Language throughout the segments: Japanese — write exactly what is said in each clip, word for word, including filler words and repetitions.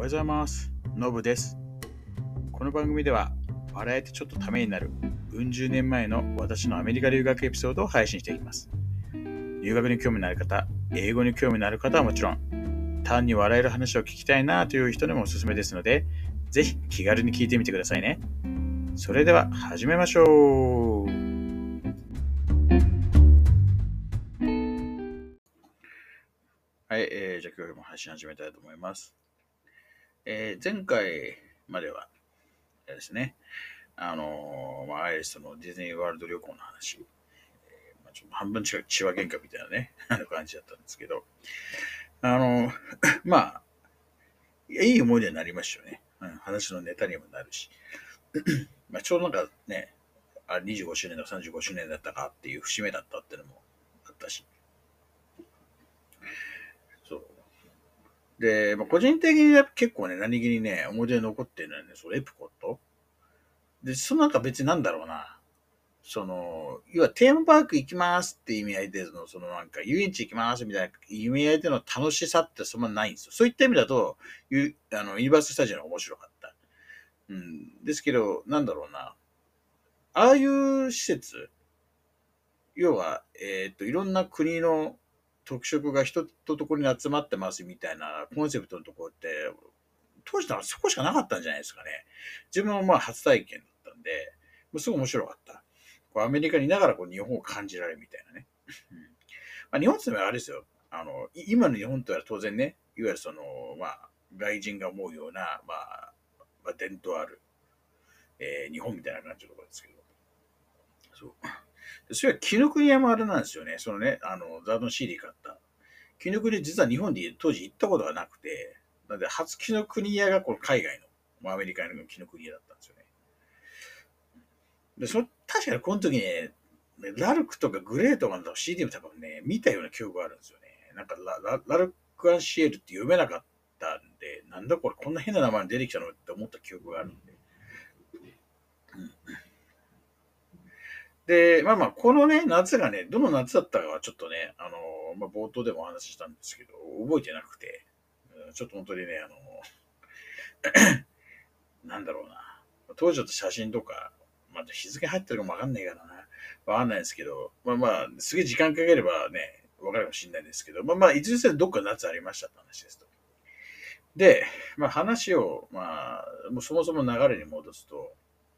おはようございます。のぶです。この番組では笑えてちょっとためになるうん十年前の私のアメリカ留学エピソードを配信していきます。留学に興味のある方、英語に興味のある方はもちろん、単に笑える話を聞きたいなという人にもおすすめですので、ぜひ気軽に聞いてみてくださいね。それでは始めましょう。はい、えー、じゃあ今日も配信始めたいと思います。えー、前回まではですね、あのー、まあ、アイリスとのディズニーワールド旅行の話、えーまあ、ちょっと半分近く血は喧嘩みたいなね、感じだったんですけど、あのー、まあ、いい思い出になりましたよね。うん、話のネタにもなるし。まあちょうどなんかね、あにじゅうごしゅうねんだかさんじゅうごしゅうねんだったかっていう節目だったっていうのもあったし。そう。で、まあ、個人的に結構ね、何気にね、思い出に残ってるのはね、そのエプコット。で、そのなんか別になんだろうな。その、要はテーマパーク行きますって意味合いで、その、そのなんか遊園地行きますみたいな意味合いでの楽しさってそんなないんですよ。そういった意味だと、ユあのユニバーススタジオの面白かった。うん。ですけど、なんだろうな。ああいう施設、要は、えっと、いろんな国の特色が一とところに集まってますみたいなコンセプトのところって、当時ならそこしかなかったんじゃないですかね。自分もまあ初体験だったんで、すごい面白かった。こうアメリカにいながらこう日本を感じられるみたいなね。うんまあ、日本ってのはあれですよ。あの、今の日本とは当然ね、いわゆるその、まあ、外人が思うような、まあ、まあ、伝統ある、えー日本みたいな感じのところですけど。そう。それは紀ノ国屋もあれなんですよね。そのね、あの、ザードン シーディー 買った。紀ノ国屋実は日本で当時行ったことがなくて、なんで初紀ノ国屋がこの海外の、アメリカの紀ノ国屋だったんですよね。で、それ、確かにこの時ね、ラルクとかグレーとかの シーディー も多分ね、見たような記憶があるんですよね。なんかラララルク・アンシエルって読めなかったんで、なんだこれ、こんな変な名前に出てきたのって思った記憶があるんで。で、まあまあ、このね、夏がね、どの夏だったかはちょっとね、あの、まあ冒頭でもお話ししたんですけど、覚えてなくて、ちょっと本当にね、あの、なんだろうな。当時だと写真とか、まあ日付入ってるかもわかんないからな。わかんないですけど、まあまあ、すげえ時間かければね、わかるかもしれないんですけど、まあまあ、いずれにせよどっか夏ありましたって話ですと。で、まあ話を、まあ、もうそもそも流れに戻すと、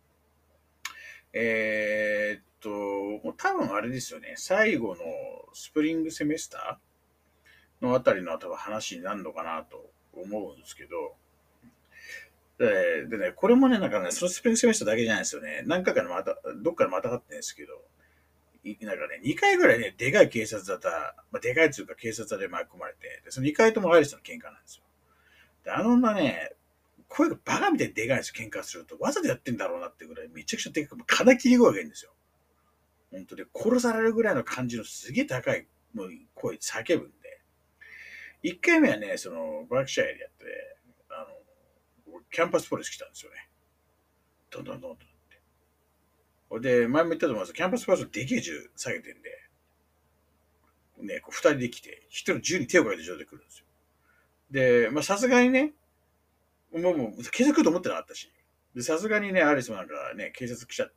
えーっと、もう多分あれですよね、最後のスプリングセメスターのあたりの多分話になるのかなと思うんですけど、ででね、これもね、なんかね、そのスプリングセメスターだけじゃないですよね。何回かのまた、どっかでまたがってるんですけど、いなんかね、にかいぐらいね、でかい警察だった、まあ、でかいっていうか警察で巻き込まれて、でそのにかいともアイリスの喧嘩なんですよ。で、あの女ね、声がバカみたいにでかいんですよ、喧嘩すると。わざとやってんだろうなってぐらい、めちゃくちゃでかく、金切り声がいいんですよ。本当で、殺されるぐらいの感じのすげえ高いもう声叫ぶんで。いっかいめはね、その、バークシャイアでやって、あの、キャンパスポリス来たんですよね。どんどんどんどんって。で、前も言ったと思いますけど、キャンパスポリスのでけえ銃下げてんで、ね、こうふたりで来て、ひとり銃に手をかけて状態で来るんですよ。で、まあさすがにね、もう、もう警察来ると思ってなかったし、で、さすがにね、アリスもなんかね、警察来ちゃって、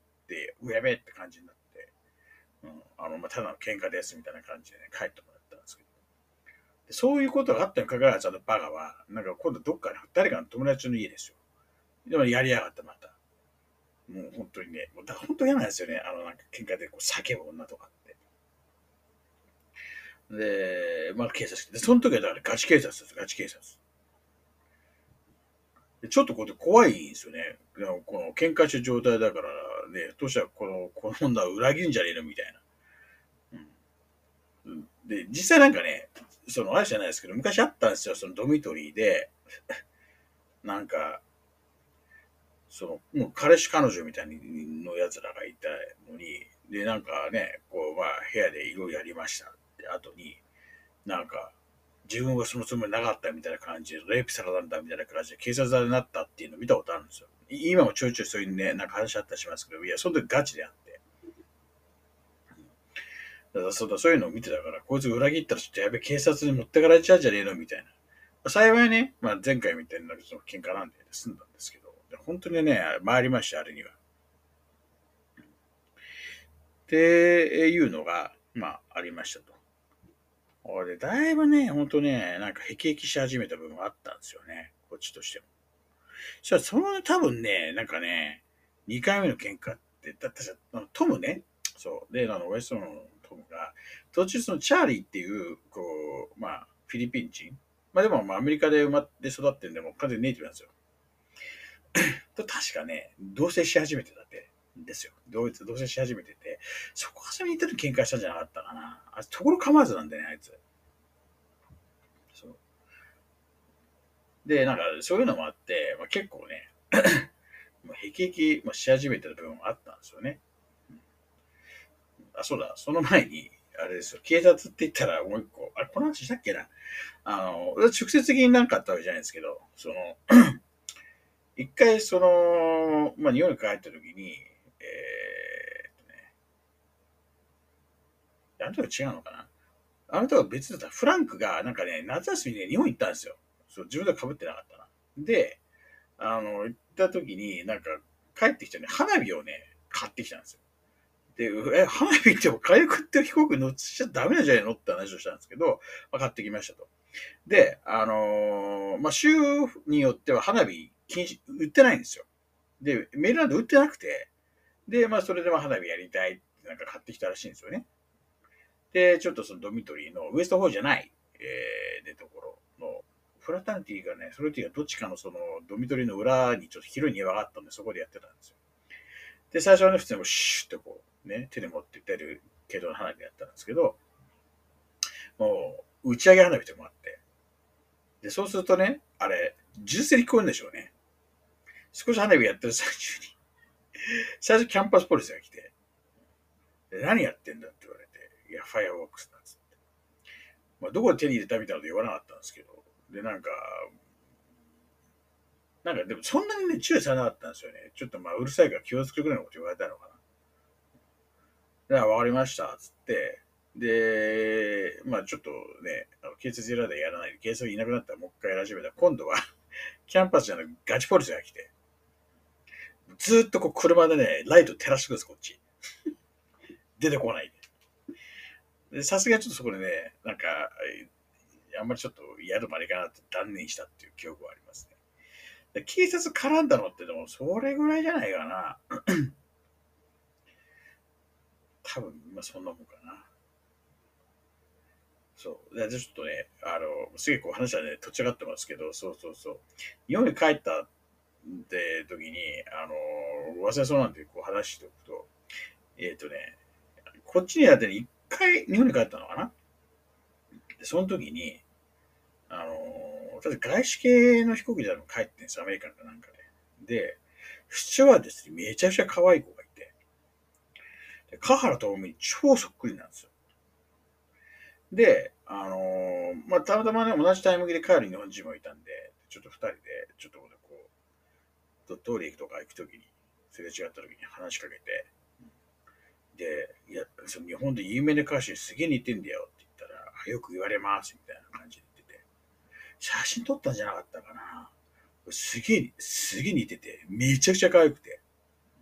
うやべえって感じになって、うん、あの、まあ、ただの喧嘩ですみたいな感じでね、帰ってもらったんですけど、でそういうことがあったにかかわらず、あのバカは、なんか今度どっかに、誰かの友達の家ですよ。でもやりやがった、また。もう本当にね、もうだ本当嫌なんですよね、あの、なんか喧嘩でこう叫ぶ女とかって。で、まあ警察来て、でその時はだからガチ警察です、ガチ警察。ちょっとこう怖いんですよね。この喧嘩した状態だからね、どうしたらこの、この女は裏切るんじゃねえのみたいな。うん、で、実際なんかね、その、あれじゃないですけど、昔あったんですよ、そのドミトリーで、なんか、その、もう彼氏彼女みたいの奴らがいたのに、で、なんかね、こう、まあ、部屋でいろいろやりましたって後に、なんか、自分はそのつもりなかったみたいな感じで、レイプされたんだみたいな感じで警察になったっていうのを見たことあるんですよ。今もちょいちょいそういうね、なんか話あったりしますけど、いや、その時ガチであって。だからそうだ、そういうのを見てたから、こいつ裏切ったらちょっとやべ、警察に持ってかれちゃうんじゃねえのみたいな。 幸いね、まあ、前回みたいなその喧嘩なんで済んだんですけど、本当にね、回りました、あれには。っていうのが、まあ、ありましたと。で、だいぶね、ほんとね、なんか、へきへきし始めた部分があったんですよね。こっちとしても。そしたら、その多分ね、なんかね、にかいめの喧嘩って、だってさ、トムね、そう、で、あの、ウエストのトムが、途中そのチャーリーっていう、こう、まあ、フィリピン人。まあでも、まあ、アメリカで生まれ育ってんで、も完全にネイティブなんですよ。と確かね、同棲し始めてたって。ですよ。同一、同棲し始めてて、そこ遊びに行った時喧嘩したんじゃなかったかな。あところ構わずなんだよね、あいつ。そう。で、なんか、そういうのもあって、まあ、結構ね、もうへきへきもし始めてた部分もあったんですよね。あ、そうだ、その前に、あれですよ、警察って言ったらもう一個、あれ、この話したっけな。あの、直接的になんかあったわけじゃないんですけど、その、一回、その、まあ、日本に帰った時に、えーっとね、あの時は違うのかな。あの時は別だった。フランクが、なんかね、夏休みで、ね、日本行ったんですよ。そう、自分では被ってなかったな。で、あの、行った時に、なんか、帰ってきてね、花火をね、買ってきたんですよ。で、え、花火っても火薬って飛行機乗っちゃダメなんじゃないのって話をしたんですけど、まあ、買ってきましたと。で、あのーまあ、州によっては花火禁止、売ってないんですよ。で、メールランド売ってなくて、で、まあ、それでまあ花火やりたいってなんか買ってきたらしいんですよね。で、ちょっとそのドミトリーのウエストホールじゃない、えー、でところの、フラタニティがね、それっていうかどっちかのそのドミトリーの裏にちょっと広い庭があったんで、そこでやってたんですよ。で、最初はね、普通にシューってこう、ね、手で持って出る系統の花火やったんですけど、もう、打ち上げ花火とかもあって、で、そうするとね、あれ、銃声聞こえるんでしょうね。少し花火やってる最中に、最初キャンパスポリスが来て、で何やってんだって言われて、いや、ファイアウォークスだっつって。まあ、どこで手に入れたみたいなこと言わなかったんですけど、で、なんか、なんかでもそんなにね、注意されなかったんですよね。ちょっとまあ、うるさいから気をつけるぐらいのこと言われたのかな。で、わかりました、つって、で、まあちょっとね、あの警察らでやらないで、警察がいなくなったらもう一回やり始めたら、今度はキャンパスじゃなくガチポリスが来て、ずーっとこう車でね、ライト照らしてくるんです、こっち。出てこないで。さすがにちょっとそこでね、なんか、あんまりちょっとやるまでいかなって断念したっていう記憶はありますね。で警察絡んだのってでもそれぐらいじゃないかな。多分、まあそんなもんかな。そう。で、ちょっとね、あの、すげえこう話はね、とっちらかってますけど、そうそうそう。日本に帰ったって時に、あの、忘れそうなんでこう話しておくと、えっ、ー、とね、こっちにあって一回日本に帰ったのかな。で、その時に、あの、ただ外資系の飛行機で帰ってんですよ、アメリカンかなんかで。で、スチュワーデスにめちゃくちゃ可愛い子がいて、で、カハラともに超そっくりなんですよ。で、あのーまあ、たまたまね、同じタイミングで帰る日本人もいたんで、ちょっと二人で、ちょっとこう、トイレ行くとか行くときに、すれ違ったときに話しかけて、で、いや、その日本で有名な歌手にすげえ似てんだよって言ったら、あよく言われます、みたいな感じで言ってて、写真撮ったんじゃなかったかな。すげえ、すげえ似てて、めちゃくちゃ可愛くて。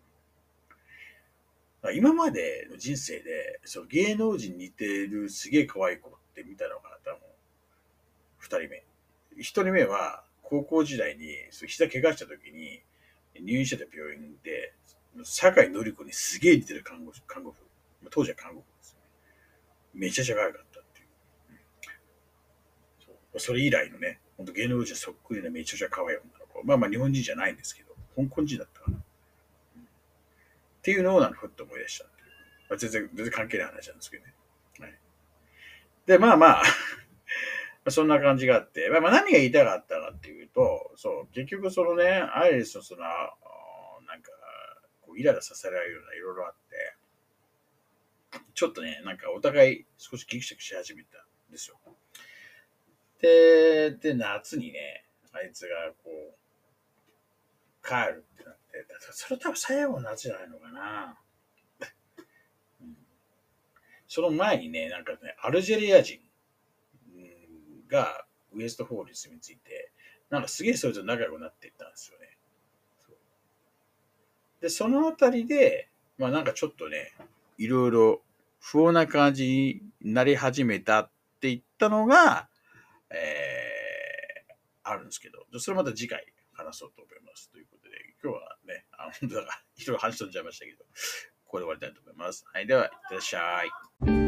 今までの人生で、その芸能人に似てるすげえ可愛い子って見たのが多分、二人目。一人目は、高校時代に、膝怪我した時に、入院してた病院で、酒井紀子にすげえ似てる看護師、看護婦。当時は看護婦ですよね。めちゃくちゃ可愛かったっていう。そうそれ以来のね、本当芸能人そっくりなめちゃくちゃ可愛い女の子。まあまあ日本人じゃないんですけど、香港人だったかな。っていうのをなんかふっと思い出したっていう。まあ、全然、全然関係ない話なんですけどね。はい、で、まあまあ、そんな感じがあって、まあ、まあ何が言いたかったかっていうと、そう、結局そのね、アイリスのその、なんか、こうイライラさせられるようないろいろあって、ちょっとね、なんかお互い少しギクシャクし始めたんですよ。で、で、夏にね、あいつがこう、帰るってなって、それ多分最後の夏じゃないのかな。うん、その前にね、なんかね、アルジェリア人がウエストフォールに住み着いて、なんかすげえそれと仲良くなっていったんですよね。で、そのあたりで、まあなんかちょっとね、いろいろ不穏な感じになり始めたって言ったのが、えー、あるんですけど、それまた次回話そうと思います。ということで、今日はね、あの、本当だから、いろいろ話しとんじゃいましたけど、ここで終わりたいと思います。はい、では、いってらっしゃい。